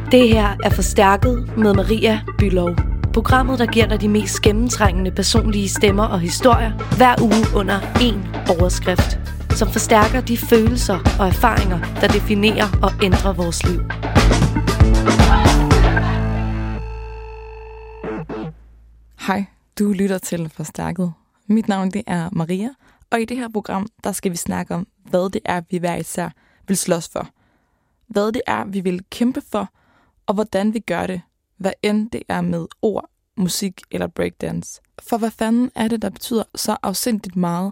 Det her er Forstærket med Maria Bülow. Programmet, der giver dig de mest gennemtrængende personlige stemmer og historier hver uge under én overskrift, som forstærker de følelser og erfaringer, der definerer og ændrer vores liv. Hej, du lytter til Forstærket. Mit navn det er Maria, og i det her program, der skal vi snakke om, hvad det er, vi hver især vil slås for. Hvad det er, vi vil kæmpe for, og hvordan vi gør det, hvad end det er med ord, musik eller breakdance. For hvad fanden er det, der betyder så afsindigt meget,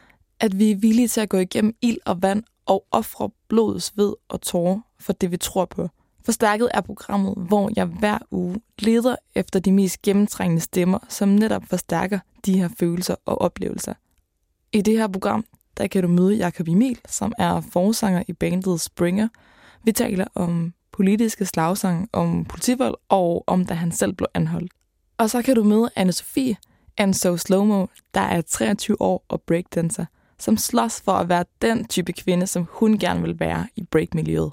at vi er villige til at gå igennem ild og vand og ofre blod, sved og tårer for det, vi tror på. Forstærket er programmet, hvor jeg hver uge leder efter de mest gennemtrængende stemmer, som netop forstærker de her følelser og oplevelser. I det her program, der kan du møde Jacob Emil, som er forsanger i bandet Springer. Vi taler om politiske slagsange, om politivold og om da han selv blev anholdt. Og så kan du møde Anne-Sophie, And So Slowmo, der er 23 år og breakdancer, som slås for at være den type kvinde, som hun gerne vil være i breakmiljøet.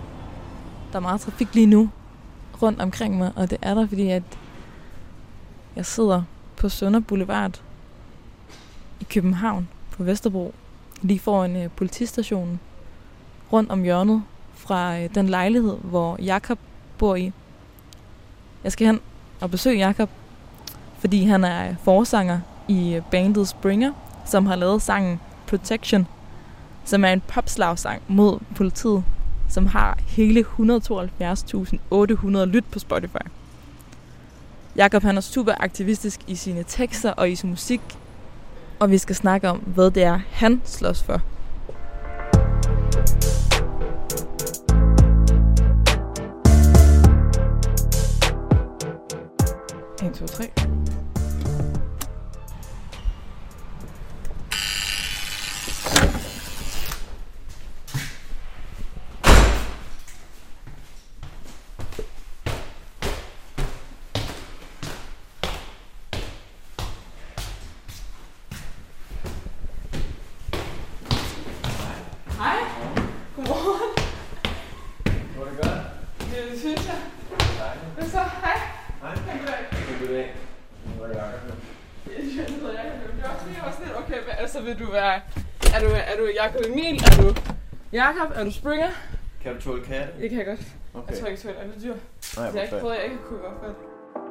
Der er meget trafik lige nu rundt omkring mig, og det er der, fordi at Jeg sidder på Sønder Boulevard i København på Vesterbro, lige foran politistationen, rundt om hjørnet fra den lejlighed, hvor Jakob bor i. Jeg skal hen og besøge Jakob, fordi han er forsanger i bandet Springer, som har lavet sangen Protection, som er en popslagsang mod politiet, som har hele 172.800 lyt på Spotify. Jakob han er super aktivistisk i sine tekster og i sin musik, og vi skal snakke om, hvad det er, han slås for. En, to, tre. Hej. Godmorgen. Går det godt? Det synes jeg. Dejligt. Hvad så? Hej. Hej. Goddag. Goddag. Nu er det Jakob. Jeg hedder Jakob. Det er også lige også lidt. Okay, altså vil du være... Er du Jakob Emil? Er du Jakob? Er du Springer? Kan du tåle katte? Det kan jeg godt. Okay. Jeg tror ikke, jeg tåler dyr. Nej, Jeg har ikke prøvet, jeg ikke kunne i hvert fald.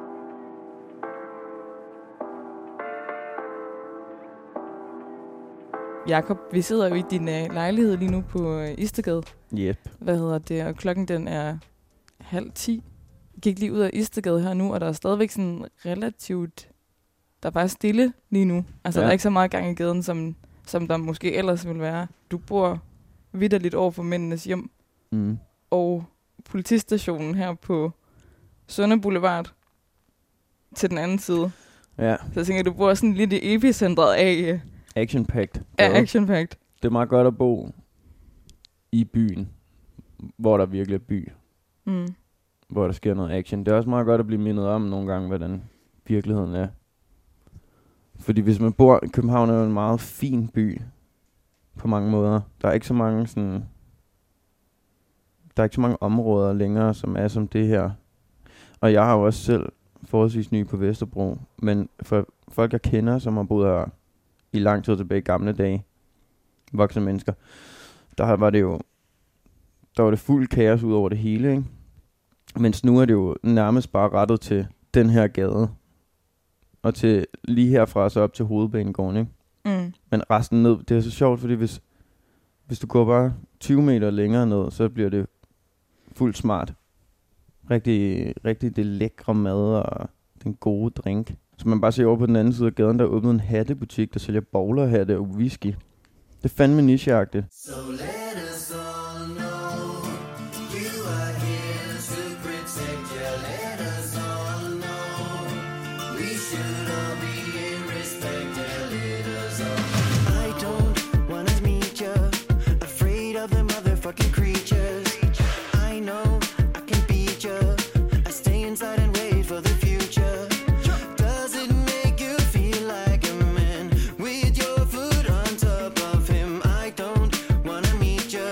Jakob, vi sidder jo i din lejlighed lige nu på Istedgade. Yep. Hvad hedder det? Og klokken den er 9:30. Jeg gik lige ud af Istedgade her nu, og der er stadigvæk sådan relativt... Der er bare stille lige nu. Altså, der er ikke så meget gang i gaden, som der måske ellers ville være. Du bor vitterligt over for mændenes hjem. Mm. Og politistationen her på Sønder Boulevard til den anden side. Ja. Så jeg tænker, du bor sådan lidt i epicentret af Action-packed. action-packed. Det er meget godt at bo i byen, hvor der virkelig er by. Mm. Hvor der sker noget action. Det er også meget godt at blive mindet om nogle gange, hvordan virkeligheden er. Fordi hvis man bor i København, er jo en meget fin by på mange måder. Der er ikke så mange sådan... Der er ikke så mange områder længere, som er som det her. Og jeg har jo også selv forholdsvis ny på Vesterbro. Men for folk, jeg kender, som har boet her i lang tid tilbage i gamle dage, voksne mennesker, der var det fuld kaos ud over det hele, ikke? Mens nu er det jo nærmest bare rettet til den her gade. Og til lige herfra så op til Hovedbanegården, ikke? Mm. Men resten ned, det er så sjovt, fordi hvis du går bare 20 meter længere ned, så bliver det fuldt smart. Rigtig det lækre mad og den gode drink. Så man bare ser over på den anden side af gaden, der er åbnet en hattebutik, der sælger bowlerhatte og whisky. Det er fandme nicheagtigt. So let us all know you are here to protect you. Let us all know we should all be in respect. Let us all. I don't wanna meet you, afraid of the motherfucking creatures. I know I can beat you. I stay inside and wait for the future. Does it make you feel like a man with your foot on top of him? I don't wanna meet you.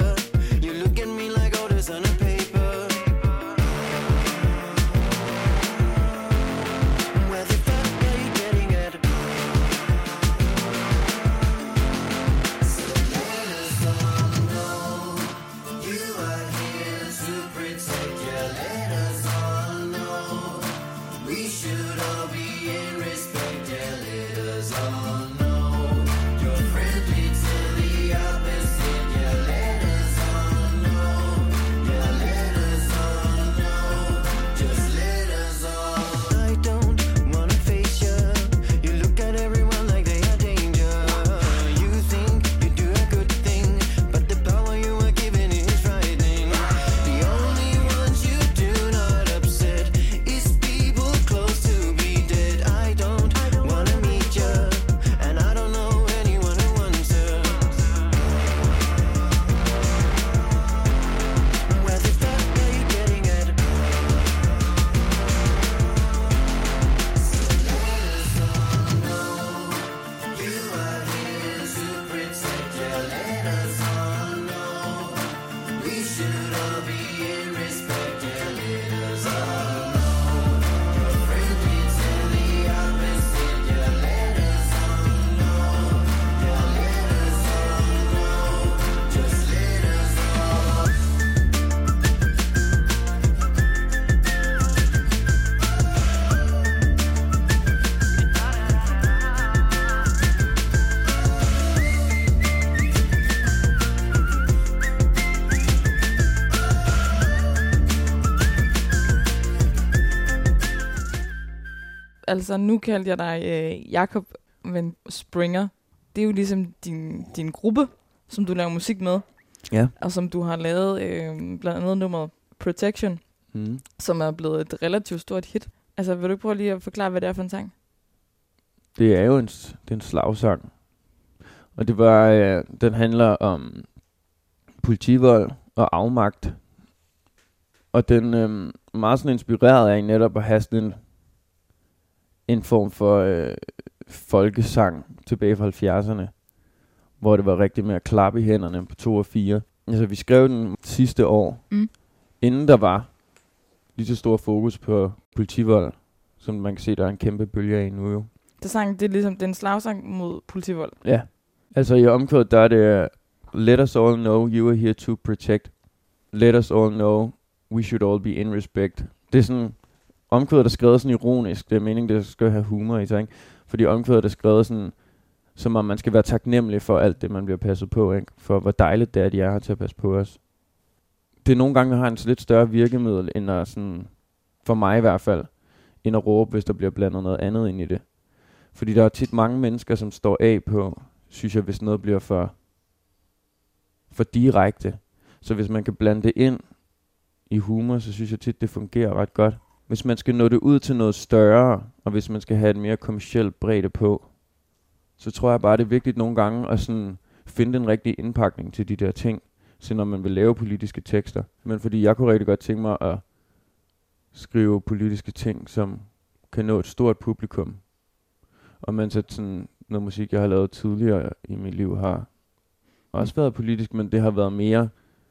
Altså, nu kaldte jeg dig Jakob, men Springer. Det er jo ligesom din gruppe, som du laver musik med. Ja. Og som du har lavet blandt andet nummeret Protection, som er blevet et relativt stort hit. Altså, vil du prøve lige at forklare, hvad det er for en sang? Det er jo det er en slagsang. Og det var, den handler om politivold og afmagt. Og den er meget sådan inspireret af netop at have sådan en form for folkesang tilbage fra 70'erne. Hvor det var rigtig med at klappe i hænderne på 2 og 4. Altså vi skrev den sidste år, inden der var lige så stor fokus på politivold, som man kan se, der er en kæmpe bølge af nu jo. Det er ligesom den slagsang mod politivold. Ja, altså i omkvædet der er det let us all know you are here to protect. Let us all know we should all be in respect. Det er sådan, omkvædet er skrevet sådan ironisk. Det er meningen, det skal have humor i sig, ikke? Fordi omkvædet er skrevet sådan, som om man skal være taknemmelig for alt det, man bliver passet på, ikke? For hvor dejligt det er, at de er her til at passe på os. Det er nogle gange, har en lidt større virkemiddel, end at sådan, for mig i hvert fald, end at råbe, hvis der bliver blandet noget andet ind i det. Fordi der er tit mange mennesker, som står af på, synes jeg, hvis noget bliver for direkte. Så hvis man kan blande det ind i humor, så synes jeg tit, det fungerer ret godt. Hvis man skal nå det ud til noget større, og hvis man skal have et mere kommercielt bredde på, så tror jeg bare, det er vigtigt nogle gange at sådan finde den rigtige indpakning til de der ting, så når man vil lave politiske tekster. Men fordi jeg kunne rigtig godt tænke mig at skrive politiske ting, som kan nå et stort publikum. Og mens at sådan noget musik, jeg har lavet tidligere i mit liv, har også været politisk, men det har været mere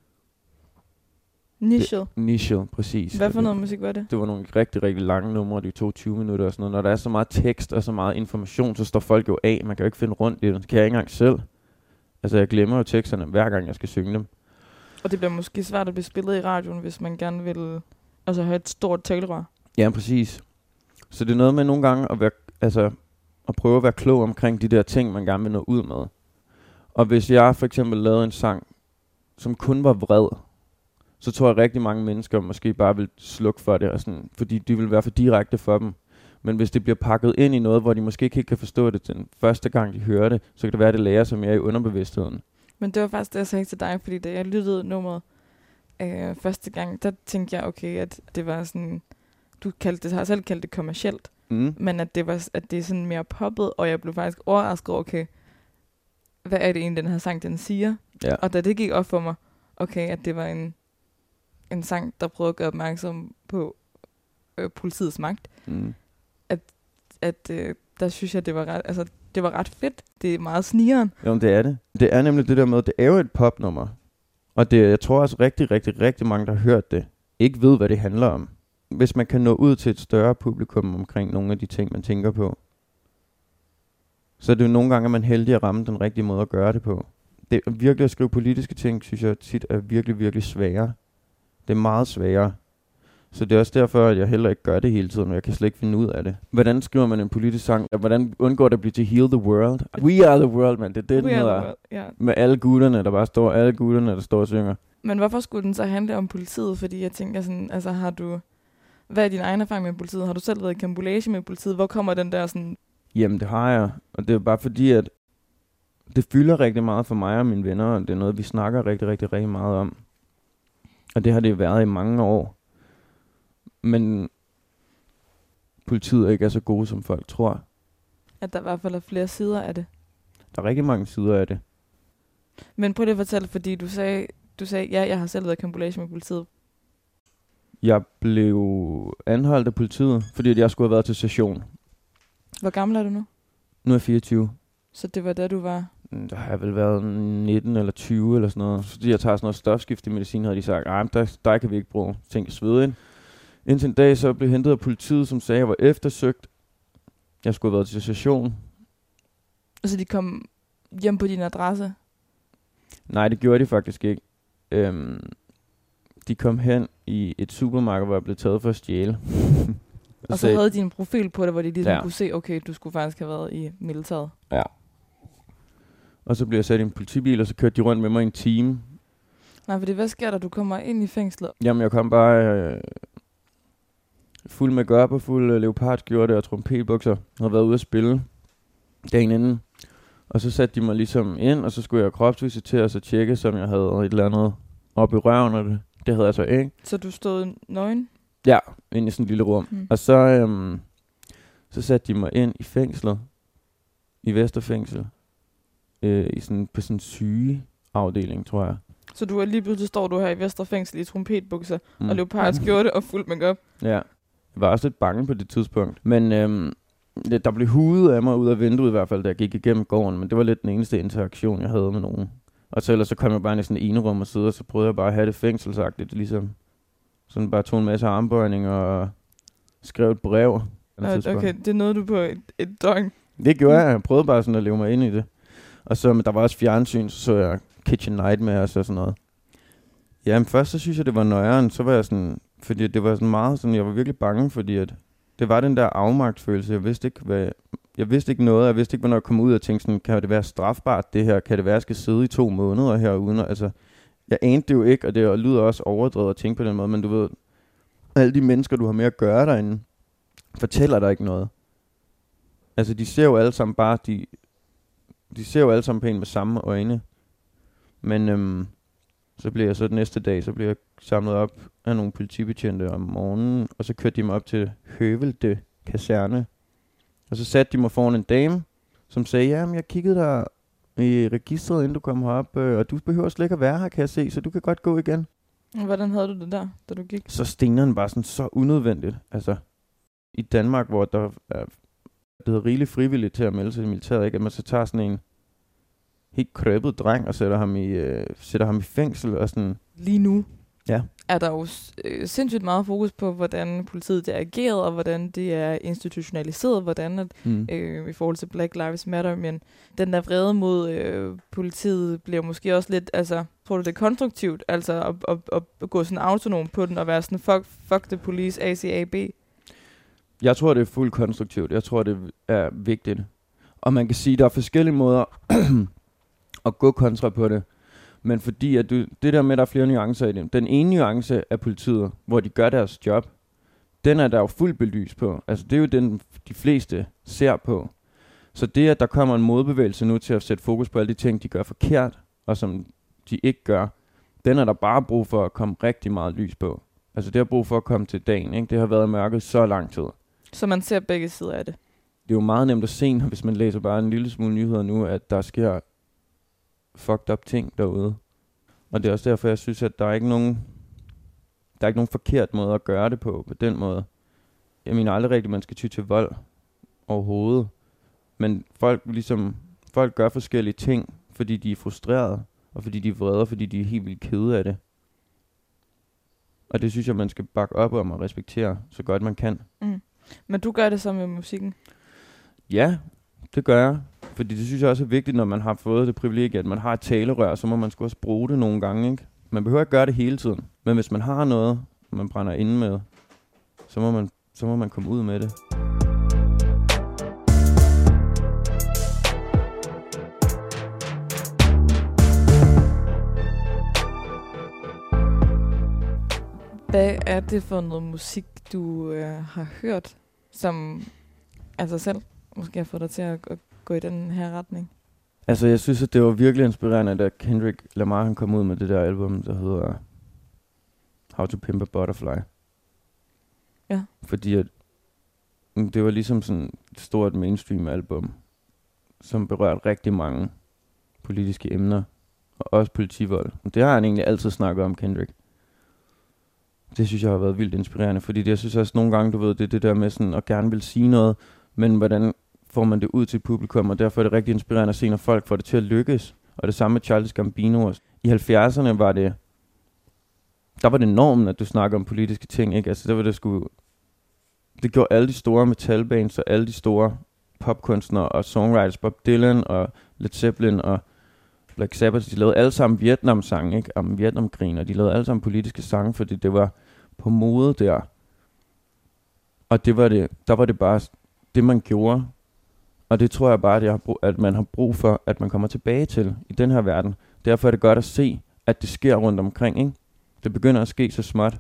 niche, præcis. Hvad for noget musik var det? Det var nogle rigtig, rigtig lange numre, de tog 20 minutter og sådan noget. Når der er så meget tekst og så meget information, så står folk jo af. Man kan jo ikke finde rundt i det. Det kan jeg ikke engang selv. Altså, jeg glemmer jo teksterne hver gang, jeg skal synge dem. Og det bliver måske svært at blive spillet i radioen, hvis man gerne vil have et stort talerør. Ja, præcis. Så det er noget med nogle gange at være, at prøve at være klog omkring de der ting, man gerne vil nå ud med. Og hvis jeg for eksempel lavede en sang, som kun var vred, så tror jeg rigtig mange mennesker måske bare vil slukke for det, og sådan, fordi de vil være for direkte for dem. Men hvis det bliver pakket ind i noget, hvor de måske ikke kan forstå det den første gang, de hører det, så kan det være, at det lærer sig mere i underbevidstheden. Men det var faktisk det, jeg sagde til dig, fordi da jeg lyttede nummeret første gang, der tænkte jeg, okay, at det var sådan, du har selv kaldt det kommercielt, men at det er sådan mere poppet, og jeg blev faktisk overrasket, okay, hvad er det egentlig, den her sang, den siger? Ja. Og da det gik op for mig, okay, at det var en sang, der prøvede at gøre opmærksom på politiets magt, at der synes jeg, det var ret fedt. Det er meget snigeren. Jo, det er det. Det er nemlig det der med, det er jo et popnummer. Og det, jeg tror også rigtig, rigtig, rigtig mange, der har hørt det, ikke ved, hvad det handler om. Hvis man kan nå ud til et større publikum omkring nogle af de ting, man tænker på, så er det jo nogle gange, at man er heldig at ramme den rigtige måde at gøre det på. Det er virkelig at skrive politiske ting, synes jeg tit er virkelig, virkelig sværere. Det er meget sværere. Så det er også derfor, at jeg heller ikke gør det hele tiden, og jeg kan slet ikke finde ud af det. Hvordan skriver man en politisk sang? Hvordan undgår det at blive til Heal the World? We are the world, man. Det er det, den hedder. Yeah. Med alle gutterne, der bare står, alle gutterne, der står og synger. Men hvorfor skulle den så handle om politiet? Fordi jeg tænker sådan, altså hvad er din egen erfaring med politiet? Har du selv været i kampolage med politiet? Hvor kommer den der sådan... Jamen, det har jeg. Og det er bare fordi, at det fylder rigtig meget for mig og mine venner, og det er noget, vi snakker rigtig, rigtig, rigtig meget om. Og det har det været i mange år. Men politiet ikke er så gode, som folk tror. At der i hvert fald er flere sider af det. Der er rigtig mange sider af det. Men prøv lige at fortælle, fordi du sagde, ja, jeg har selv været i kampolage med politiet. Jeg blev anholdt af politiet, fordi jeg skulle have været til session. Hvor gammel er du nu? Nu er jeg 24. Så det var da du var... Der har jeg vel været 19 eller 20 eller sådan noget. Fordi jeg tager sådan noget stofskifte medicin, havde de sagt, der kan vi ikke bruge. Så tænkte jeg svede ind. Indtil en dag så blev jeg hentet af politiet, som sagde, at jeg var eftersøgt. Jeg skulle have været til session. Så de kom hjem på din adresse? Nej, det gjorde de faktisk ikke. De kom hen i et supermarked, hvor jeg blev taget for at stjæle. Og så havde de en profil på det, hvor de ligesom kunne se, okay, du skulle faktisk have været i militæret. Ja. Og så blev jeg sat i en politibil, og så kørte de rundt med mig i en time. Nej, fordi hvad sker der? Du kommer ind i fængslet. Jamen, jeg kom bare... fuld make-up og fuld leopardskjorte og trompetbukser. Jeg havde været ude at spille dagen inden. Og så satte de mig ligesom ind, og så skulle jeg kropsvisitere og så tjekke, som jeg havde et eller andet op i røven, og det havde jeg så ikke. Så du stod nøgen? Ja, inde i sådan et lille rum. Og så satte de mig ind i fængslet, i Vesterfængsel, på sådan en sygeafdeling, tror jeg. Så du er lige pludselig står du her i Vesterfængsel i trompetbukser og leopardskjorte og fuld makeup. Ja, jeg var også lidt bange på det tidspunkt. Men der blev hudet af mig ud af vinduet i hvert fald, da jeg gik igennem gården. Men det var lidt den eneste interaktion, jeg havde med nogen. Og så ellers så kom jeg bare ind i sådan en rum og sidde, og så prøvede jeg bare at have det fængselsagtigt, ligesom sådan bare tog en masse armbøjninger og skrev et brev. Okay, det nåede du på et døgn. Det gjorde jeg. Jeg prøvede bare sådan at leve mig ind i det. Og så, men der var også fjernsyn, så jeg Kitchen Nightmares og sådan noget. Jamen først så synes jeg, det var nøjeren. Så var jeg sådan, fordi det var sådan meget sådan, jeg var virkelig bange, fordi at det var den der afmagtsfølelse. Jeg vidste ikke noget. Jeg vidste ikke, hvornår jeg kom ud og tænkte sådan, kan det være strafbart det her? Kan det være, at jeg skal sidde i 2 måneder her uden? Altså, jeg anede det jo ikke, og det lyder også overdrevet at tænke på den måde, men du ved, alle de mennesker, du har med at gøre derinde, fortæller dig ikke noget. Altså, de ser jo alle sammen bare, de ser jo alle sammen på en med samme øjne. Men så blev jeg så den næste dag, så blev jeg samlet op af nogle politibetjente om morgenen, og så kørte de mig op til Høvelte kaserne. Og så satte de mig foran en dame, som sagde, jamen jeg kiggede der i registret, inden du kom herop, og du behøver slet ikke at være her, kan jeg se, så du kan godt gå igen. Hvordan havde du det der, da du gik? Så steneren var sådan så unødvendigt. Altså, i Danmark, hvor der er blevet rigeligt frivilligt til at melde sig i militæret, ikke? At man så tager sådan en helt krøbet dreng og sætter ham i fængsel og sådan. Lige nu ja. Er der jo sindssygt meget fokus på, hvordan politiet er ageret, og hvordan det er institutionaliseret, hvordan at, i forhold til Black Lives Matter, men den der vrede mod politiet bliver måske også lidt, altså, tror du det er konstruktivt, altså at gå sådan autonom på den, og være sådan, fuck the police, ACAB? Jeg tror, det er fuldt konstruktivt. Jeg tror, det er vigtigt. Og man kan sige, at der er forskellige måder at gå kontra på det. Men fordi at det der med, at der er flere nuancer i det. Den ene nuance af politiet, hvor de gør deres job, den er der jo fuldt belyst på. Altså det er jo den, de fleste ser på. Så det, at der kommer en modbevægelse nu til at sætte fokus på alle de ting, de gør forkert, og som de ikke gør, den er der bare brug for at komme rigtig meget lys på. Altså det har brug for at komme til dagen, ikke? Det har været mørket så lang tid. Så man ser begge sider af det? Det er jo meget nemt at se, hvis man læser bare en lille smule nyheder nu, at der sker fucked up ting derude. Og det er også derfor, jeg synes, at der er ikke nogen forkert måde at gøre det på den måde. Jeg mener aldrig rigtigt, at man skal ty til vold overhovedet. Men folk gør forskellige ting, fordi de er frustrerede, og fordi de er vrede, fordi de er helt vildt kede af det. Og det synes jeg, man skal bakke op om og respektere så godt man kan. Mm. Men du gør det så med musikken? Ja, det gør jeg. Fordi det synes jeg også er vigtigt, når man har fået det privilegie, at man har et talerør, så må man sgu også bruge det nogle gange, ikke? Man behøver ikke gøre det hele tiden. Men hvis man har noget, man brænder inde med, så må man komme ud med det. Hvad er det for noget musik, du har hørt, som altså selv måske har fået dig til at gå i den her retning? Altså, jeg synes, at det var virkelig inspirerende, da Kendrick Lamar han kom ud med det der album, der hedder How to Pimp a Butterfly. Ja. Fordi at det var ligesom sådan et stort mainstream album, som berørte rigtig mange politiske emner, og også politivold. Og det har han egentlig altid snakket om, Kendrick. Det synes jeg har været vildt inspirerende, fordi jeg synes også nogle gange, du ved, det der med sådan at gerne vil sige noget, men hvordan får man det ud til publikum, og derfor er det rigtig inspirerende at se, når folk får det til at lykkes. Og det samme med Childish Gambino. I 70'erne var det normen, at du snakker om politiske ting, ikke? Altså det gjorde alle de store metalbands og alle de store popkunstnere og songwriters, Bob Dylan og Led Zeppelin og Black Sabbath, de lavede alle sammen Vietnam-sange, ikke? Om Vietnamkrigen, og de lavede alle sammen politiske sange, fordi det var på mode der. Og der var det bare det, man gjorde. Og det tror jeg bare, at man har brug for, at man kommer tilbage til i den her verden. Derfor er det godt at se, at det sker rundt omkring, ikke? Det begynder at ske så småt.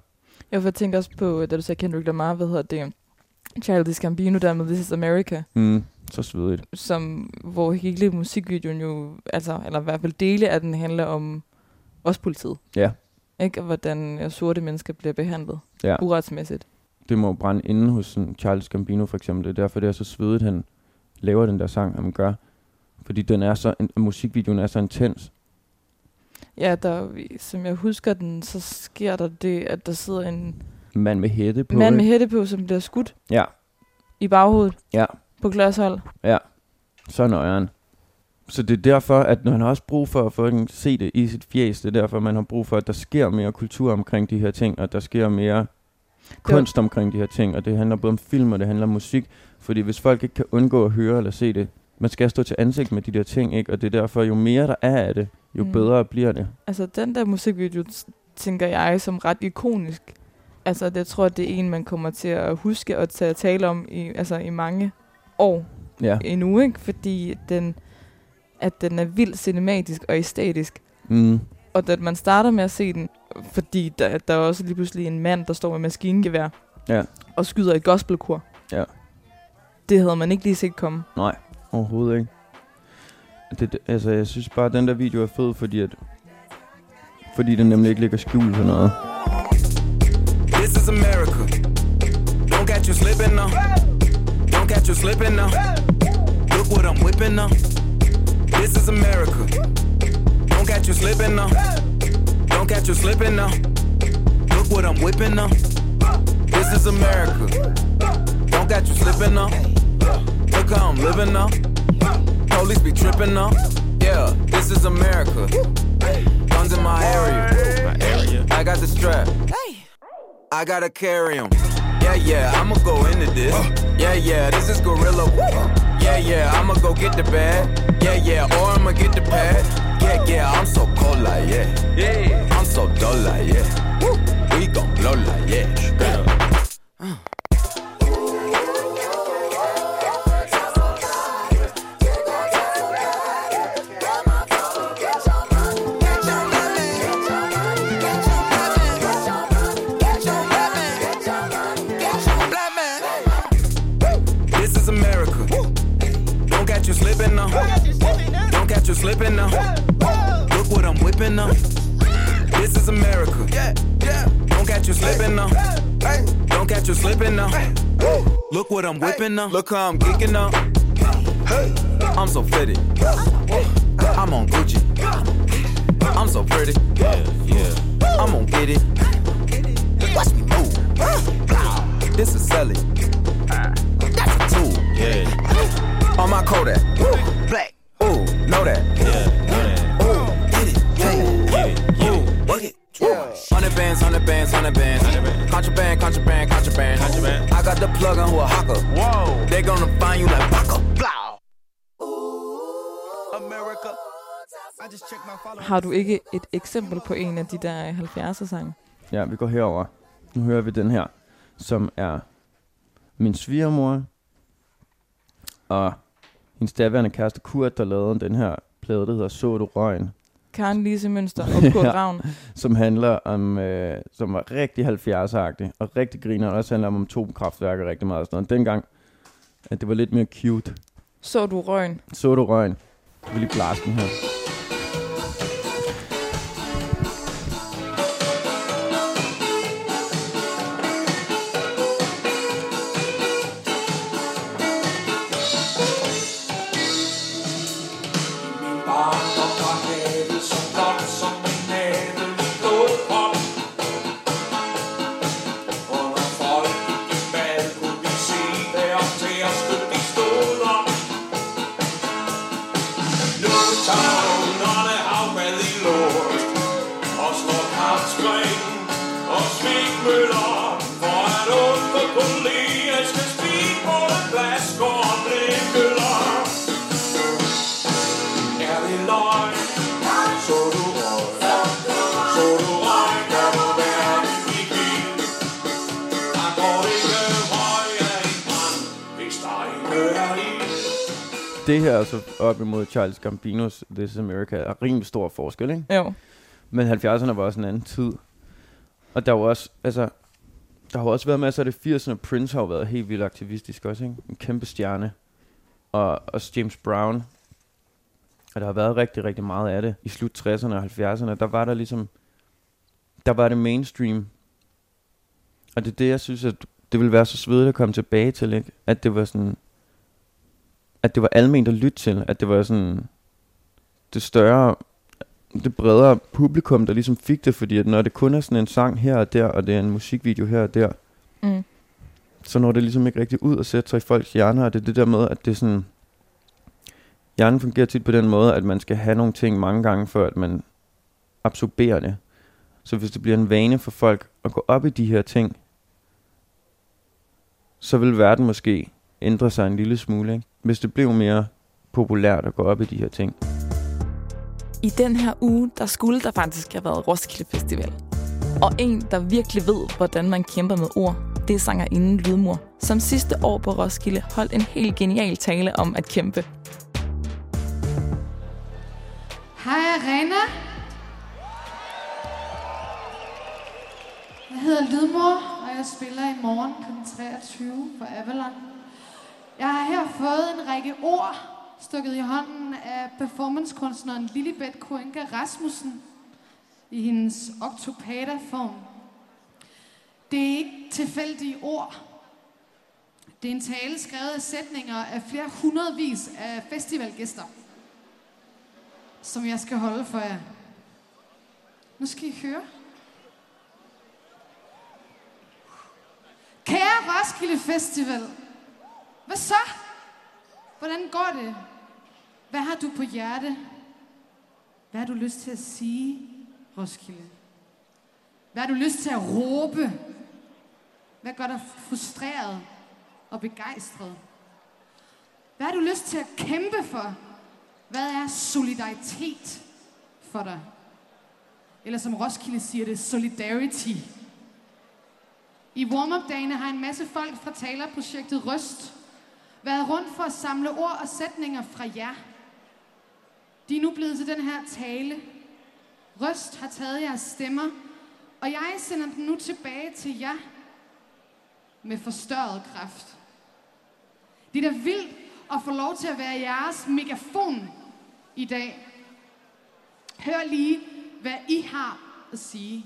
Jeg tænker også på, da du sagde Kendrick Lamar, hvad hedder det? Childish Gambino der med This Is America. Så svedigt. Hvor hele musikvideoen jo, altså, eller i hvert fald dele af den handler om også politiet. Ja. Ikke? Og hvordan sorte mennesker bliver behandlet uretsmæssigt. Det må brænde inde hos sådan Childish Gambino for eksempel. Det er derfor, det er så svedigt, han laver den der sang, han gør. Fordi den er så, musikvideoen er så intens. Ja, som jeg husker den, så sker der det, at der sidder en mand med hætte på. Mand med hætte på, som bliver skudt. Ja. I baghovedet. Ja. På klodshold. Ja. Så nøjeren. Så det er derfor, at når han har også brug for at få se det i sit fjæs, det er derfor, man har brug for, at der sker mere kultur omkring de her ting, og der sker mere kunst omkring de her ting, og det handler både om film, og det handler om musik, fordi hvis folk ikke kan undgå at høre eller se det, man skal stå til ansigt med de der ting, ikke? Og det er derfor, jo mere der er af det, jo bedre bliver det. Altså, den der musikvideo, tænker jeg, som ret ikonisk. Altså, jeg tror, det er en, man kommer til at huske og til at tale om i mange år endnu, ikke? Fordi den er vildt cinematisk og æstetisk. Og da man starter med at se den, fordi der er også lige pludselig en mand, der står med maskingevær og skyder et gospelkor. Ja. Det havde man ikke lige set komme. Nej, overhovedet ikke. Altså, jeg synes bare, at den der video er fed, fordi den nemlig ikke ligger skjult for noget. This is America. Don't catch you slipping now. Don't catch you slipping now. Look what I'm whipping now. This is America. Don't catch you slipping now. Don't catch you slipping now. Look what I'm whipping now. This is America. Don't catch you slipping now. Look how I'm living now. Police be tripping now. Yeah, this is America. Guns in my area. I got the strap. I gotta carry 'em. Yeah, I'ma go into this. Yeah, this is gorilla. Yeah, I'ma go get the bag. Yeah, or I'ma get the pad. Yeah, I'm so cold like yeah. I'm so dull like yeah. We gon' blow like yeah. Slipping now. Don't catch you slipping now. Look what I'm whipping now. This is America. Don't catch you slipping now. Don't catch you slipping now. Look what I'm whipping now. Look how I'm geeking now. I'm so fitted. I'm on Gucci. I'm so pretty. Yeah. I'm gonna get it. Watch me move. This is Sally. That's a tool. Yeah. On my Kodak. Black. Ooh, know that. Yeah, know that. Ooh, get it. Yeah. Ooh, work it. 100 bands, 100 bands, 100 bands. Contraband, contraband, contraband. I got the plug on who a hawker. Whoa. They gonna find you like Baka. America. Har du ikke et eksempel på en af de der 70'er sange? Ja, vi går herover. Nu hører vi den her, som er min svigermor og hendes daværende kæreste Kurt, der lavede den her plade, der hedder Så du røgen. Karen Lise Mønster og Kurt Ravn. Som handler om, som var rigtig 70'er-agtig, og rigtig griner, og også handler om atomkraftværker rigtig meget og sådan noget. Dengang, at det var lidt mere cute. Så du røgen. Så du røgen. Jeg vil lige blase den her. Det her er så op imod Childish Gambinos This is America er rimelig stor forskel, ikke? Jo. Men 70'erne var også en anden tid. Og der var også, altså, Der har også været masser af det 80'erne. Prince har jo været helt vildt aktivistisk også, ikke? En kæmpe stjerne. Og også James Brown. Og der har været rigtig, rigtig meget af det. I slut 60'erne og 70'erne, der var der ligesom... Der var det mainstream. Og det er det, jeg synes, at det ville være så svedigt at komme tilbage til, ikke? At det var sådan... At det var alment at lytte til. At det var sådan... Det større... Det bredere publikum, der ligesom fik det. Fordi at når det kun er sådan en sang her og der, og det er en musikvideo her og der... Så når det ligesom ikke rigtig ud og sætte sig i folks hjerner. Og det er det der med, at det er sådan... Hjernen fungerer tit på den måde, at man skal have nogle ting mange gange, før at man absorberer det. Så hvis det bliver en vane for folk at gå op i de her ting, så vil verden måske ændre sig en lille smule, ikke? Hvis det blev mere populært at gå op i de her ting. I den her uge, der skulle der faktisk have været Roskilde Festival. Og en, der virkelig ved, hvordan man kæmper med ord, det er sangerinden Lydmor, som sidste år på Roskilde holdt en helt genial tale om at kæmpe. Hej Arena. Jeg hedder Lydmor, og jeg spiller i morgen kl. 23 for Avalon. Jeg har her fået en række ord stukket i hånden af performancekunstneren Lilibet Kuenka Rasmussen i hendes octopada-form. Det er ikke tilfældige ord. Det er en tale skrevet af sætninger af flere hundredvis af festivalgæster, som jeg skal holde for jer. Nu skal I høre. Kære Roskilde Festival, hvad så? Hvordan går det? Hvad har du på hjerte? Hvad har du lyst til at sige, Roskilde? Hvad har du lyst til at råbe? Hvad gør dig frustreret og begejstret? Hvad har du lyst til at kæmpe for? Hvad er solidaritet for dig? Eller som Roskilde siger det, solidarity. I warm-up-dagene har en masse folk fra talerprojektet Røst været rundt for at samle ord og sætninger fra jer. De er nu blevet til den her tale. Røst har taget jeres stemmer, og jeg sender dem nu tilbage til jer med forstørret kraft. Det er da vildt at få lov til at være jeres megafon i dag. Hør lige, hvad I har at sige.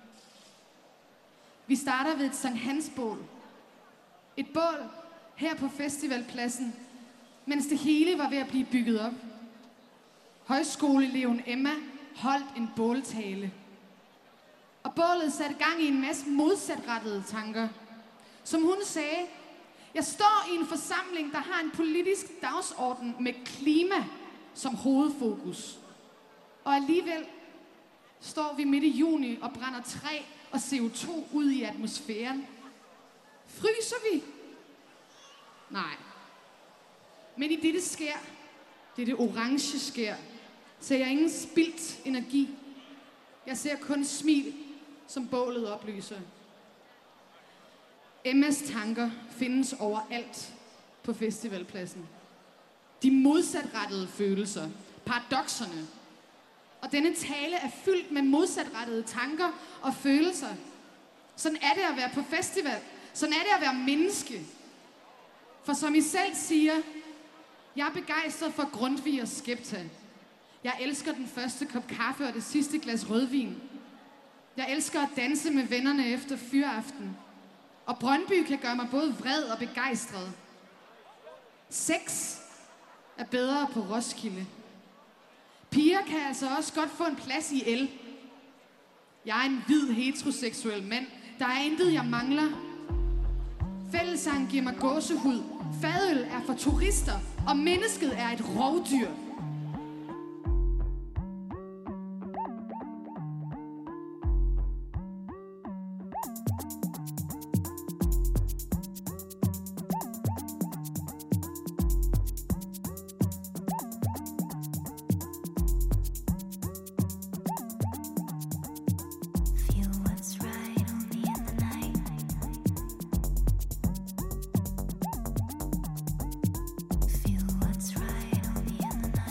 Vi starter ved et Sankt Hans bål. Et bål her på festivalpladsen, mens det hele var ved at blive bygget op. Højskoleeleven Emma holdt en båltale. Og bålet satte gang i en masse modsatrettede tanker. Som hun sagde, jeg står i en forsamling, der har en politisk dagsorden med klima som hovedfokus. Og alligevel står vi midt i juni og brænder træ og CO2 ud i atmosfæren. Fryser vi? Nej. Men i dette skær, dette orange skær, ser jeg ingen spildt energi. Jeg ser kun smil, som bålet oplyser. Emmas tanker findes overalt på festivalpladsen. De modsatrettede følelser, paradokserne. Og denne tale er fyldt med modsatrettede tanker og følelser. Sådan er det at være på festival. Sådan er det at være menneske. For som I selv siger, jeg er begejstret for Grundtvig og Skepta. Jeg elsker den første kop kaffe og det sidste glas rødvin. Jeg elsker at danse med vennerne efter fyraften. Og Brøndby kan gøre mig både vred og begejstret. Sex er bedre på Roskilde. Piger kan altså også godt få en plads i el. Jeg er en hvid heteroseksuel mand. Der er intet, jeg mangler. Fællesang giver mig gåsehud. Fadøl er for turister, og mennesket er et rovdyr. Feel what's right only in the night.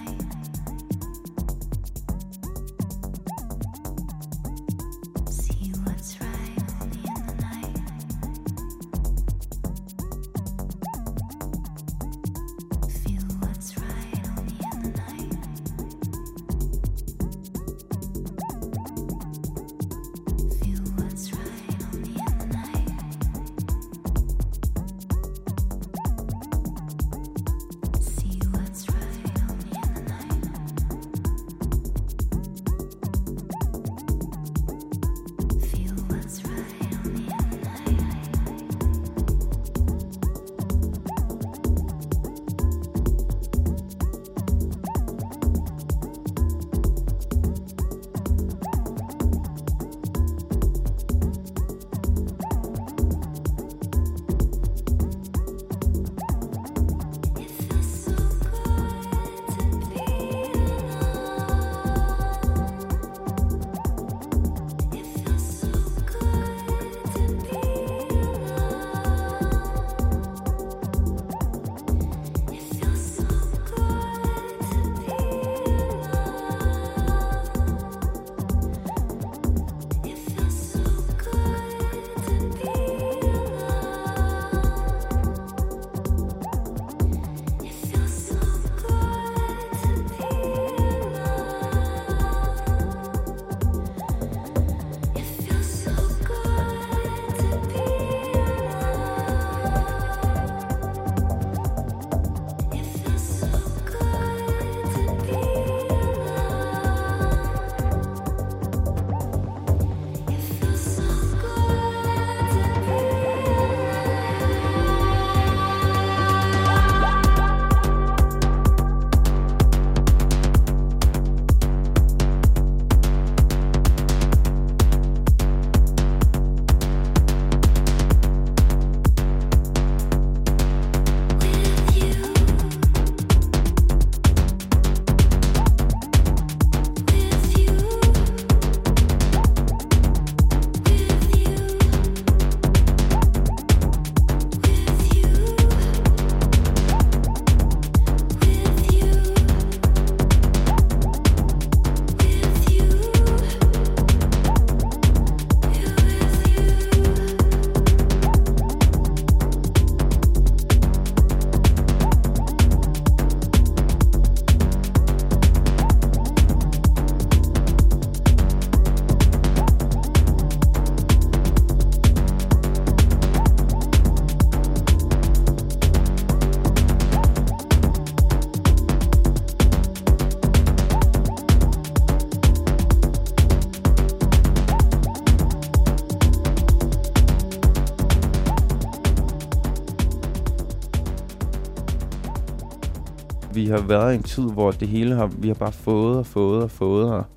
vi har været i en tid, hvor det hele vi har bare fået.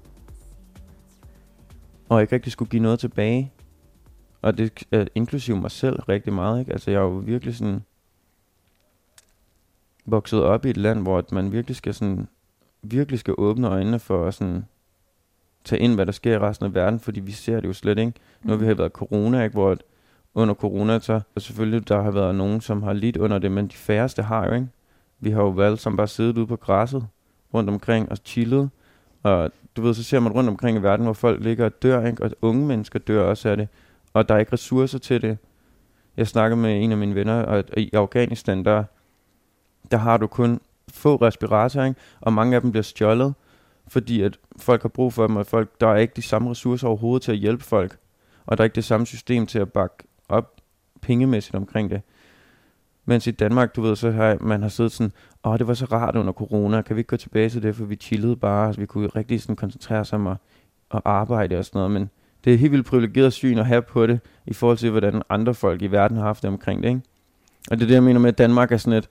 Og ikke rigtig skulle give noget tilbage. Og det er inklusive mig selv rigtig meget, ikke? Altså, jeg er jo virkelig sådan vokset op i et land, hvor man virkelig skal åbne øjnene for at sådan tage ind, hvad der sker i resten af verden, fordi vi ser det jo slet ikke. Nu har vi været corona, ikke? Hvor under corona, så selvfølgelig der har været nogen, som har lidt under det, men de færreste har jo, ikke? Vi har jo valgt som bare siddet ude på græsset rundt omkring og chillet. Og du ved, så ser man rundt omkring i verden, hvor folk ligger og dør, ikke? Og unge mennesker dør også af det. Og der er ikke ressourcer til det. Jeg snakker med en af mine venner, og i Afghanistan, der har du kun få respiratorer, ikke? Og mange af dem bliver stjålet, fordi at folk har brug for dem, og der er ikke de samme ressourcer overhovedet til at hjælpe folk. Og der er ikke det samme system til at bakke op pengemæssigt omkring det. Mens i Danmark, du ved, så har man siddet sådan, det var så rart under corona, kan vi ikke gå tilbage til det, for vi chillede bare, så vi kunne rigtig sådan koncentrere sig om at arbejde og sådan noget, men det er et helt vildt privilegeret syn at have på det, i forhold til, hvordan andre folk i verden har haft det omkring det, ikke? Og det er det, jeg mener med, at Danmark er sådan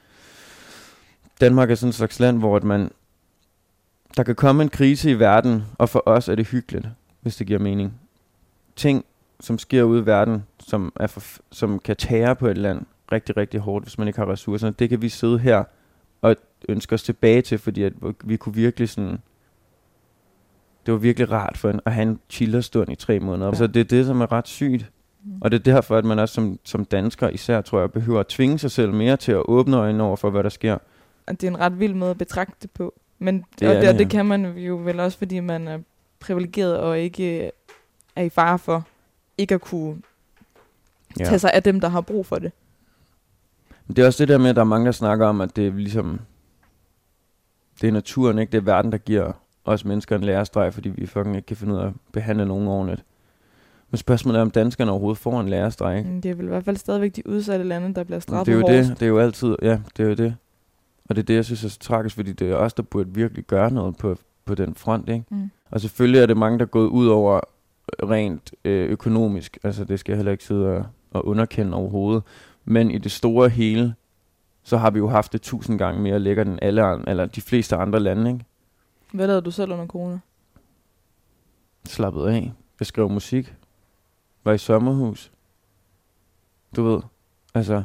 en slags land, hvor der kan komme en krise i verden, og for os er det hyggeligt, hvis det giver mening. Ting, som sker ude i verden, som kan tære på et land rigtig, rigtig hårdt, hvis man ikke har ressourcerne, det kan vi sidde her og ønske os tilbage til, fordi at vi kunne virkelig sådan... Det var virkelig rart for at have en chillerstund i 3 måneder. Altså det er det, som er ret sygt. Og det er derfor, at man også som dansker især, tror jeg, behøver at tvinge sig selv mere til at åbne øjnene over for, hvad der sker. Og det er en ret vild måde at betragte det på. Men det kan man jo vel også, fordi man er privilegeret og ikke er i fare for ikke at kunne tage sig af dem, der har brug for det. Det er også det der med, at der er mange, der snakker om, at det er ligesom... Det er naturen, ikke? Det er verden, der giver os mennesker en lærestreg, fordi vi fucking ikke kan finde ud af at behandle nogen ordentligt. Men spørgsmålet er, om danskerne overhovedet får en lærestreg, ikke? Det er vel i hvert fald stadigvæk de udsatte lande, der bliver straffet hårdest. hårdest. Det er jo altid... Ja, det er jo det. Og det er det, jeg synes er så tragisk, fordi det er os, der burde virkelig gøre noget på den front, ikke? Og selvfølgelig er det mange, der er gået ud over rent økonomisk. Altså, det skal jeg heller ikke sidde og underkende overhovedet. Men i det store hele, så har vi jo haft det 1000 gange mere lækkert end eller de fleste andre lande, ikke? Hvad lavede du selv under corona? Slappet af. Jeg skrev musik. Var i sommerhus. Du ved, altså...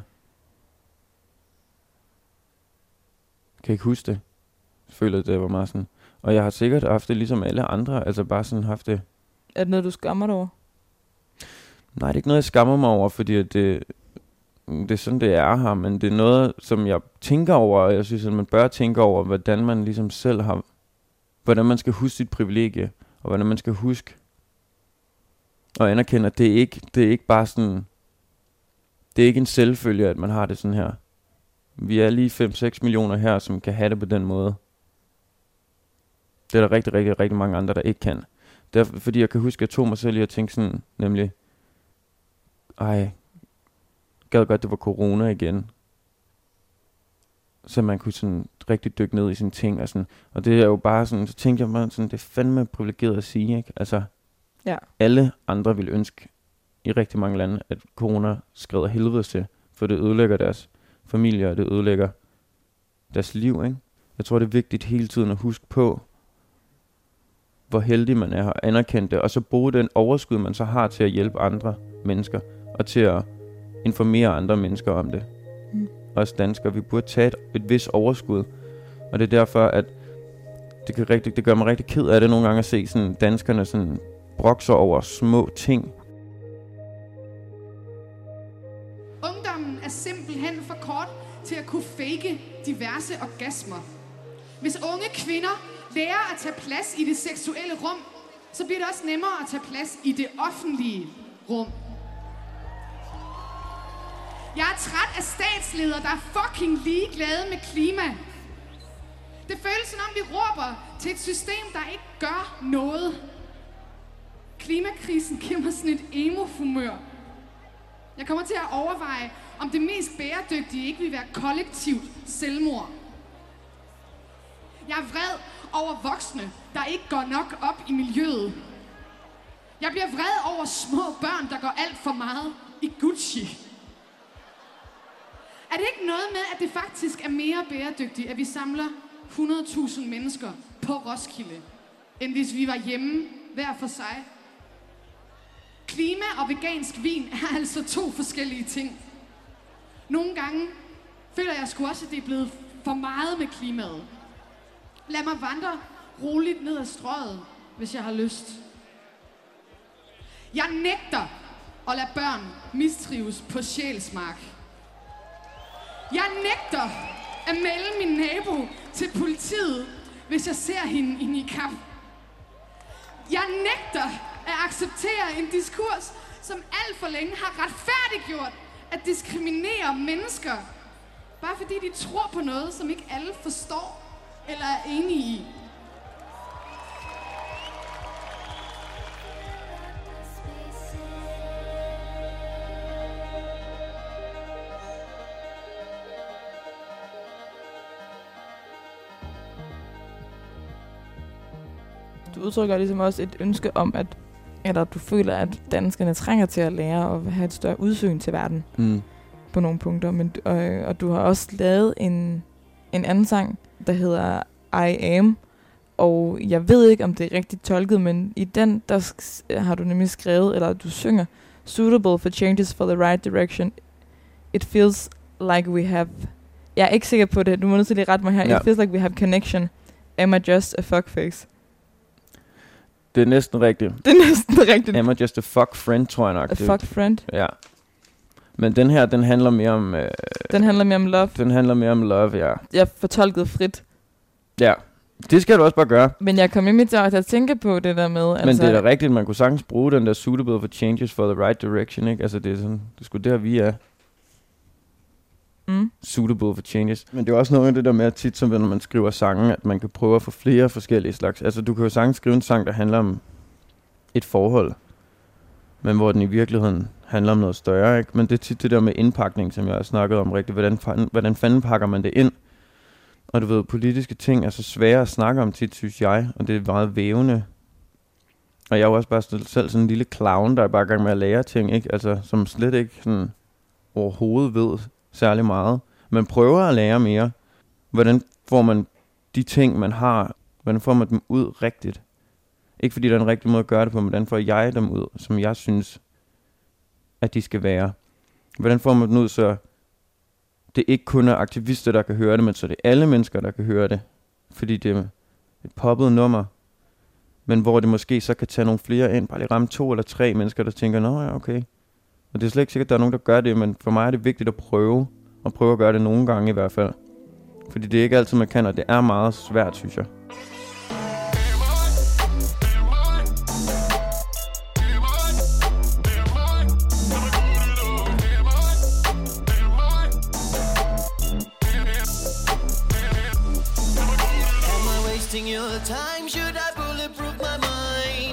Kan ikke huske det. Jeg føler, at det var meget sådan... Og jeg har sikkert haft det ligesom alle andre. Altså bare sådan haft det... Er det noget, du skammer dig over? Nej, det er ikke noget, jeg skammer mig over, fordi det er sådan, det er her. Men det er noget, som jeg tænker over, og jeg synes, at man bør tænke over, hvordan man ligesom selv har... Hvordan man skal huske sit privilegie, og hvordan man skal huske og anerkende, at det er ikke bare sådan... Det er ikke en selvfølge, at man har det sådan her. Vi er lige 5-6 millioner her, som kan have det på den måde. Det er der rigtig, rigtig, rigtig mange andre, der ikke kan. Derfor, fordi jeg kan huske, at jeg tog mig selv i at tænke sådan, nemlig... Gad godt, det var corona igen. Så man kunne sådan rigtig dykke ned i sine ting og sådan. Og det er jo bare sådan, så tænkte jeg mig sådan, det er fandme privilegeret at sige, ikke? Altså, alle andre ville ønske i rigtig mange lande, at corona skred af helvede til, for det ødelægger deres familier, og det ødelægger deres liv, ikke? Jeg tror, det er vigtigt hele tiden at huske på, hvor heldig man er, og anerkende det, og så bruge den overskud, man så har til at hjælpe andre mennesker, og til at informere andre mennesker om det. Os danskere, vi burde tage et vis overskud, og det er derfor, at det gør mig rigtig ked af det nogle gange at se sådan danskerne sådan brokser over små ting. Ungdommen er simpelthen for kort til at kunne fake diverse orgasmer. Hvis unge kvinder lærer at tage plads i det seksuelle rum, så bliver det også nemmere at tage plads i det offentlige rum. Jeg er træt af statsledere, der er fucking ligeglade med klima. Det føles som om, vi råber til et system, der ikke gør noget. Klimakrisen giver mig sådan et emo-humør. Jeg kommer til at overveje, om det mest bæredygtige ikke vil være kollektivt selvmord. Jeg er vred over voksne, der ikke går nok op i miljøet. Jeg bliver vred over små børn, der går alt for meget i Gucci. Er det ikke noget med, at det faktisk er mere bæredygtigt, at vi samler 100.000 mennesker på Roskilde, end hvis vi var hjemme hver for sig? Klima og vegansk vin er altså 2 forskellige ting. Nogle gange føler jeg sgu også, at det er blevet for meget med klimaet. Lad mig vandre roligt ned ad strøget, hvis jeg har lyst. Jeg nægter at lade børn mistrives på Sjælsmark. Jeg nægter at melde min nabo til politiet, hvis jeg ser hende i niqab. Jeg nægter at acceptere en diskurs, som alt for længe har retfærdiggjort at diskriminere mennesker, bare fordi de tror på noget, som ikke alle forstår eller er enige i. Du udtrykker ligesom også et ønske om, eller du føler, at danskerne trænger til at lære og have et større udsyn til verden på nogle punkter. Men, og du har også lavet en anden sang, der hedder I Am. Og jeg ved ikke, om det er rigtigt tolket, men i den, der har du nemlig skrevet, eller du synger, Suitable for changes for the right direction. It feels like we have... Jeg er ikke sikker på det. Du må nødt til lige rette mig her. Ja. It feels like we have connection. Am I just a fuckface? Det er næsten rigtigt. Am I just a fuck friend, tror jeg nok. A fuck friend? Ja. Men den her, den handler mere om... den handler mere om love? Den handler mere om love, ja. Jeg fortolkede frit. Ja, det skal du også bare gøre. Men jeg kom i til at tænke på det der med... Men det er da rigtigt, man kunne sagtens bruge den der suitable for changes for the right direction, ikke? Altså det er sådan, det er sgu der, vi er. Suitable for changes. Men det er også noget af det der med tit, som når man skriver sange, at man kan prøve at få flere forskellige slags. Altså du kan jo sagtens skrive en sang, der handler om et forhold, men hvor den i virkeligheden handler om noget større, ikke? Men det er tit det der med indpakning, som jeg har snakket om rigtigt. Hvordan fanden pakker man det ind? Og du ved, politiske ting er så svære at snakke om tit, synes jeg, og det er meget vævende. Og jeg er jo også bare selv sådan en lille clown, der er bare i gang med at lære ting, ikke? Altså, som slet ikke sådan overhovedet ved særlig meget. Man prøver at lære mere. Hvordan får man de ting, man har, hvordan får man dem ud rigtigt? Ikke fordi der er en rigtig måde at gøre det på, men hvordan får jeg dem ud, som jeg synes, at de skal være? Hvordan får man dem ud, så det ikke kun er aktivister, der kan høre det, men så det er alle mennesker, der kan høre det? Fordi det er et poppet nummer, men hvor det måske så kan tage nogle flere ind, bare lige ramme 2 eller 3 mennesker, der tænker, nå ja, okay. Og det er slet ikke sikkert, at der er nogen, der gør det, men for mig er det vigtigt at prøve at gøre det nogle gange i hvert fald. Fordi det er ikke altid, man kan, og det er meget svært, synes jeg. Time should I bulletproof my mind?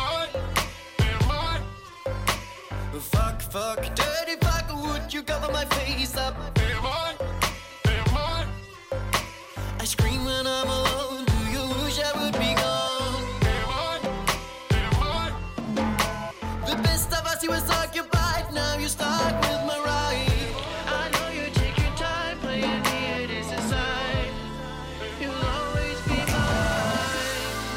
Fuck, dirty fuck, would you cover my face up? I scream when I'm alone, do you wish I would be gone? The best of us, you was occupied, now you're stuck with my right. I know you take your time, playing the 80s aside. You'll always be mine.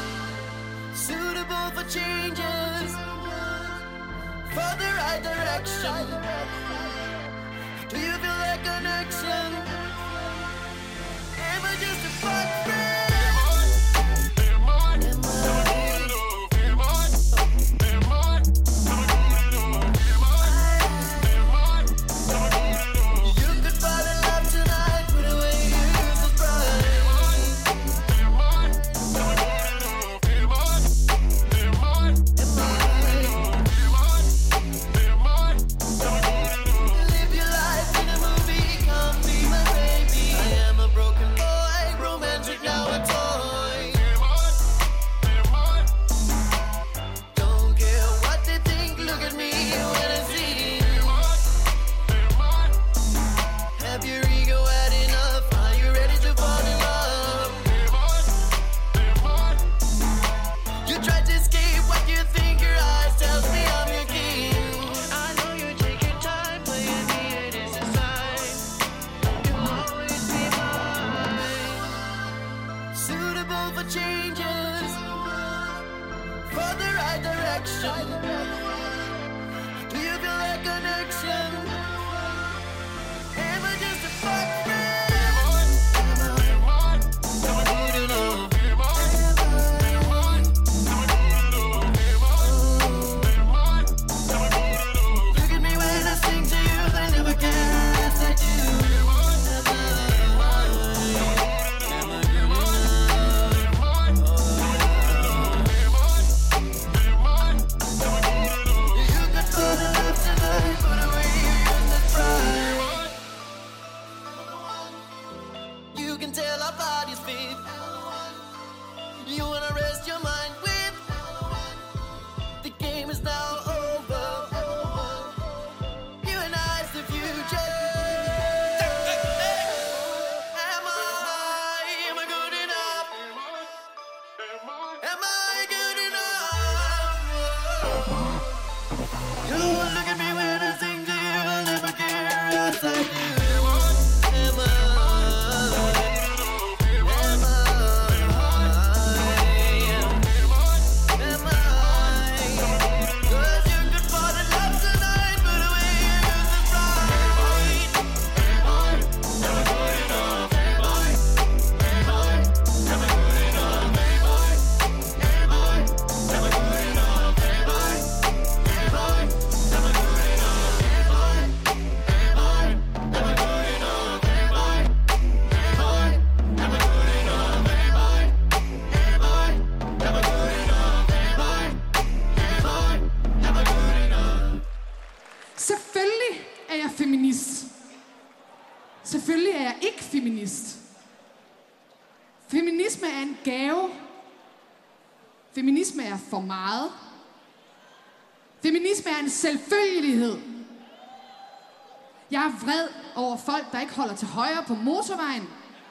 feminist. Selvfølgelig er jeg ikke feminist. Feminisme er en gave. Feminisme er for meget. Feminisme er en selvfølgelighed. Jeg er vred over folk, der ikke holder til højre på motorvejen.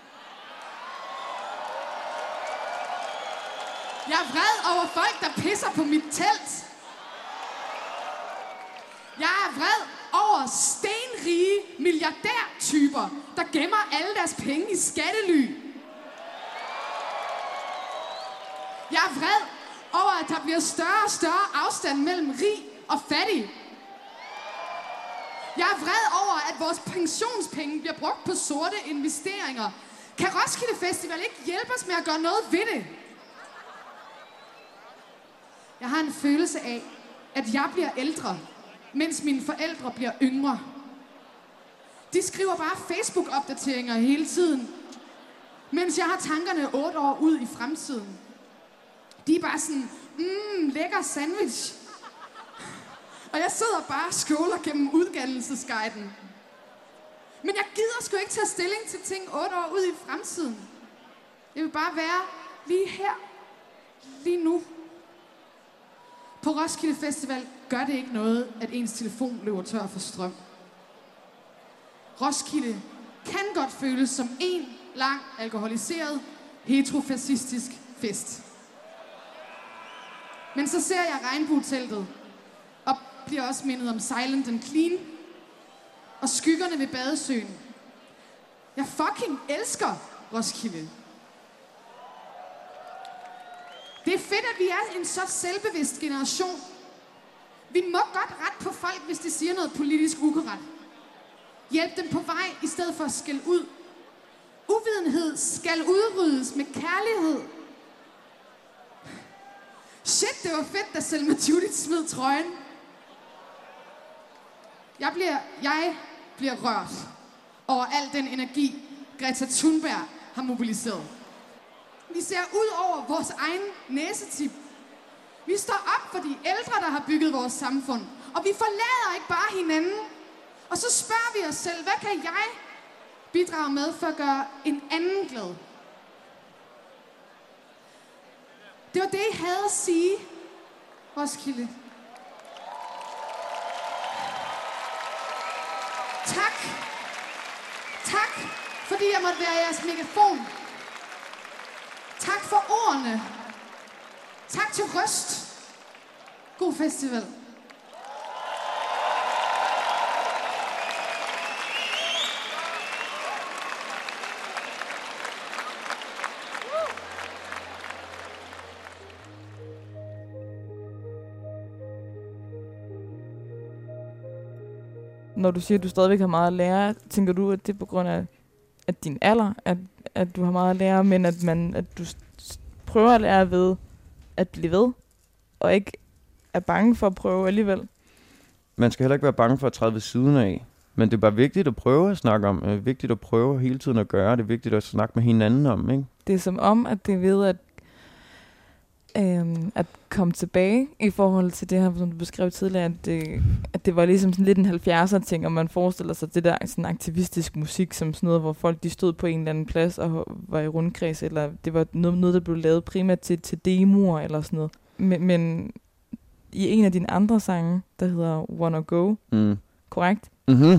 Jeg er vred over folk, der pisser på mit telt. Jeg er vred over stenrige milliardærtyper, der gemmer alle deres penge i skattely. Jeg er vred over, at der bliver større og større afstand mellem rig og fattig. Jeg er vred over, at vores pensionspenge bliver brugt på sorte investeringer. Kan Roskilde Festival ikke hjælpe os med at gøre noget ved det? Jeg har en følelse af, at jeg bliver ældre, mens mine forældre bliver yngre. De skriver bare Facebook-opdateringer hele tiden, mens jeg har tankerne 8 år ud i fremtiden. De er bare sådan, lækker sandwich. Og jeg sidder bare og scroller gennem uddannelsesguiden. Men jeg gider sgu ikke tage stilling til ting 8 år ud i fremtiden. Jeg vil bare være lige her, lige nu. På Roskilde Festival gør det ikke noget, at ens telefon løber tør for strøm. Roskilde kan godt føles som en lang, alkoholiseret, heterofascistisk fest. Men så ser jeg regnbueteltet, og bliver også mindet om Silent and Clean, og skyggerne ved badesøen. Jeg fucking elsker Roskilde. Det er fedt, at vi er en så selvbevidst generation. Vi må godt rette på folk, hvis de siger noget politisk ukorrekt. Hjælp dem på vej, i stedet for at skælde ud. Uvidenhed skal udryddes med kærlighed. Shit, det var fedt, da Selma Judith smed trøjen. Jeg bliver rørt over al den energi, Greta Thunberg har mobiliseret. Vi ser ud over vores egen næsetip. Vi står op for de ældre, der har bygget vores samfund. Og vi forlader ikke bare hinanden. Og så spørger vi os selv, hvad kan jeg bidrage med for at gøre en anden glad? Det var det, I havde at sige, Roskilde. Tak. Tak, fordi jeg måtte være jeres megafon. Tak for ordene. Tak til Røst. God festival. Når du siger, at du stadigvæk har meget at lære, tænker du, at det er på grund af at din alder, at du har meget at lære, men at du prøver at lære ved at blive ved, og ikke er bange for at prøve alligevel? Man skal heller ikke være bange for at træde ved siden af. Men det er bare vigtigt at prøve at snakke om. Det er vigtigt at prøve hele tiden at gøre. Det er vigtigt at snakke med hinanden om, ikke? Det er som om, at det er ved at komme tilbage i forhold til det her, som du beskrev tidligere, at det var ligesom sådan lidt en 70'er-ting, og man forestiller sig det der sådan aktivistisk musik, som sådan noget, hvor folk de stod på en eller anden plads og var i rundkreds, eller det var noget der blev lavet primært til demoer eller sådan noget. Men i en af dine andre sange, der hedder Wanna Go, korrekt? Mm-hmm.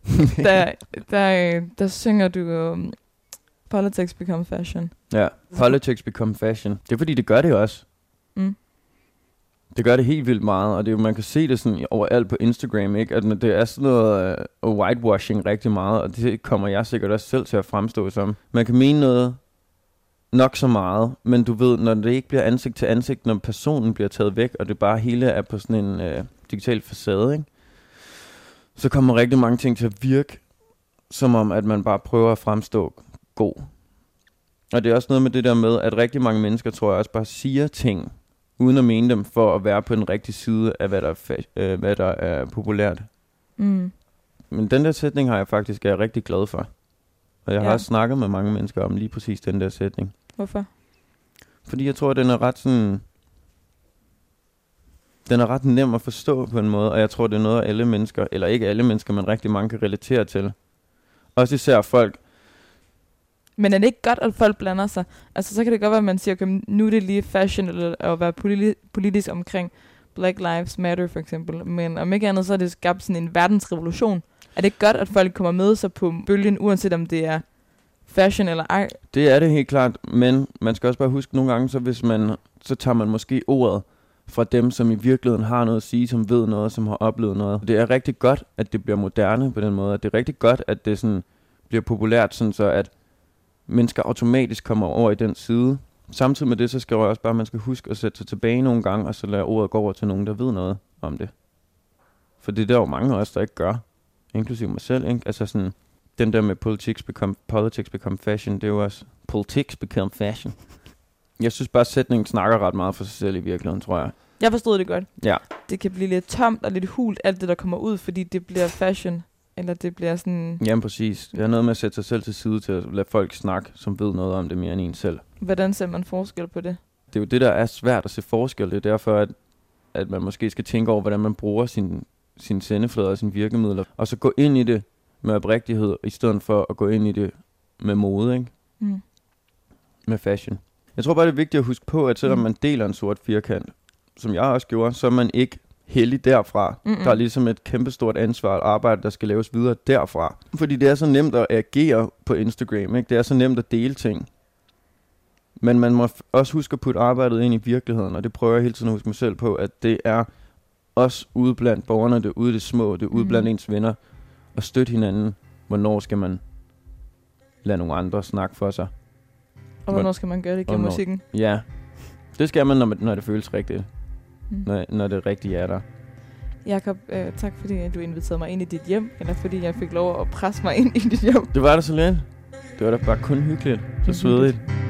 der synger du Politics Become Fashion. Ja, Politics Become Fashion. Det er fordi, det gør det også. Det gør det helt vildt meget, og det er, man kan se det sådan overalt på Instagram, ikke? At det er sådan noget whitewashing rigtig meget, og det kommer jeg sikkert også selv til at fremstå som. Man kan mene noget nok så meget, men du ved, når det ikke bliver ansigt til ansigt, når personen bliver taget væk, og det bare hele er på sådan en digital facade, ikke? Så kommer rigtig mange ting til at virke, som om, at man bare prøver at fremstå god. Og det er også noget med det der med, at rigtig mange mennesker, tror jeg, også bare siger ting, uden at mene dem, for at være på den rigtige side af, hvad der er populært. Men den der sætning har jeg faktisk er rigtig glad for. Og jeg har også snakket med mange mennesker om lige præcis den der sætning. Hvorfor? Fordi jeg tror, at den er ret sådan... Den er ret nem at forstå på en måde, og jeg tror, det er noget, alle mennesker, eller ikke alle mennesker, men rigtig mange kan relatere til. Også især folk. Men er det ikke godt, at folk blander sig? Altså, så kan det godt være, at man siger, okay, nu er det lige fashion, eller at være politisk omkring Black Lives Matter, for eksempel. Men om ikke andet, så er det skabt sådan en verdensrevolution. Er det ikke godt, at folk kommer med sig på bølgen, uanset om det er fashion eller ej? Det er det helt klart, men man skal også bare huske nogle gange, så tager man måske ordet fra dem, som i virkeligheden har noget at sige, som ved noget, som har oplevet noget. Det er rigtig godt, at det bliver moderne på den måde. Det er rigtig godt, at det sådan bliver populært, sådan så at mennesker automatisk kommer over i den side. Samtidig med det, så skal jeg også bare, at man skal huske at sætte sig tilbage nogle gange, og så lade ordet gå over til nogen, der ved noget om det. For det er der jo mange af os, der ikke gør, inklusive mig selv, ikke? Altså sådan, den der med politics become fashion, det er jo også politics become fashion. Jeg synes bare, at sætningen snakker ret meget for sig selv i virkeligheden, tror jeg. Jeg forstod det godt. Ja. Det kan blive lidt tomt og lidt hult, alt det, der kommer ud, fordi det bliver fashion. Eller det bliver sådan... Jamen præcis. Det er noget med at sætte sig selv til side til at lade folk snakke, som ved noget om det mere end en selv. Hvordan ser man forskel på det? Det er jo det, der er svært at se forskel. Det er derfor, at man måske skal tænke over, hvordan man bruger sin sendeflade og sine virkemidler. Og så gå ind i det med oprigtighed, i stedet for at gå ind i det med mode, ikke? Mm. Med fashion. Jeg tror bare, det er vigtigt at huske på, at selvom man deler en sort firkant, som jeg også gjorde, så er man ikke heldig derfra. Der er ligesom et kæmpestort ansvar og arbejde, der skal laves videre derfra. Fordi det er så nemt at agere på Instagram, ikke? Det er så nemt at dele ting. Men man må også huske at putte arbejdet ind i virkeligheden, og det prøver jeg hele tiden at huske mig selv på, at det er også ude blandt borgerne, det er ude det små, det er ude blandt ens venner, og støtte hinanden. Hvornår skal man lade nogle andre snakke for sig? Og hvornår skal man gøre det gennem musikken? Ja, det skal man, når det føles rigtigt. Når det rigtige er der. Jakob, tak fordi du inviterede mig ind i dit hjem, eller fordi jeg fik lov at presse mig ind i dit hjem. Det var da så lidt. Det var da bare kun hyggeligt. Så svedigt.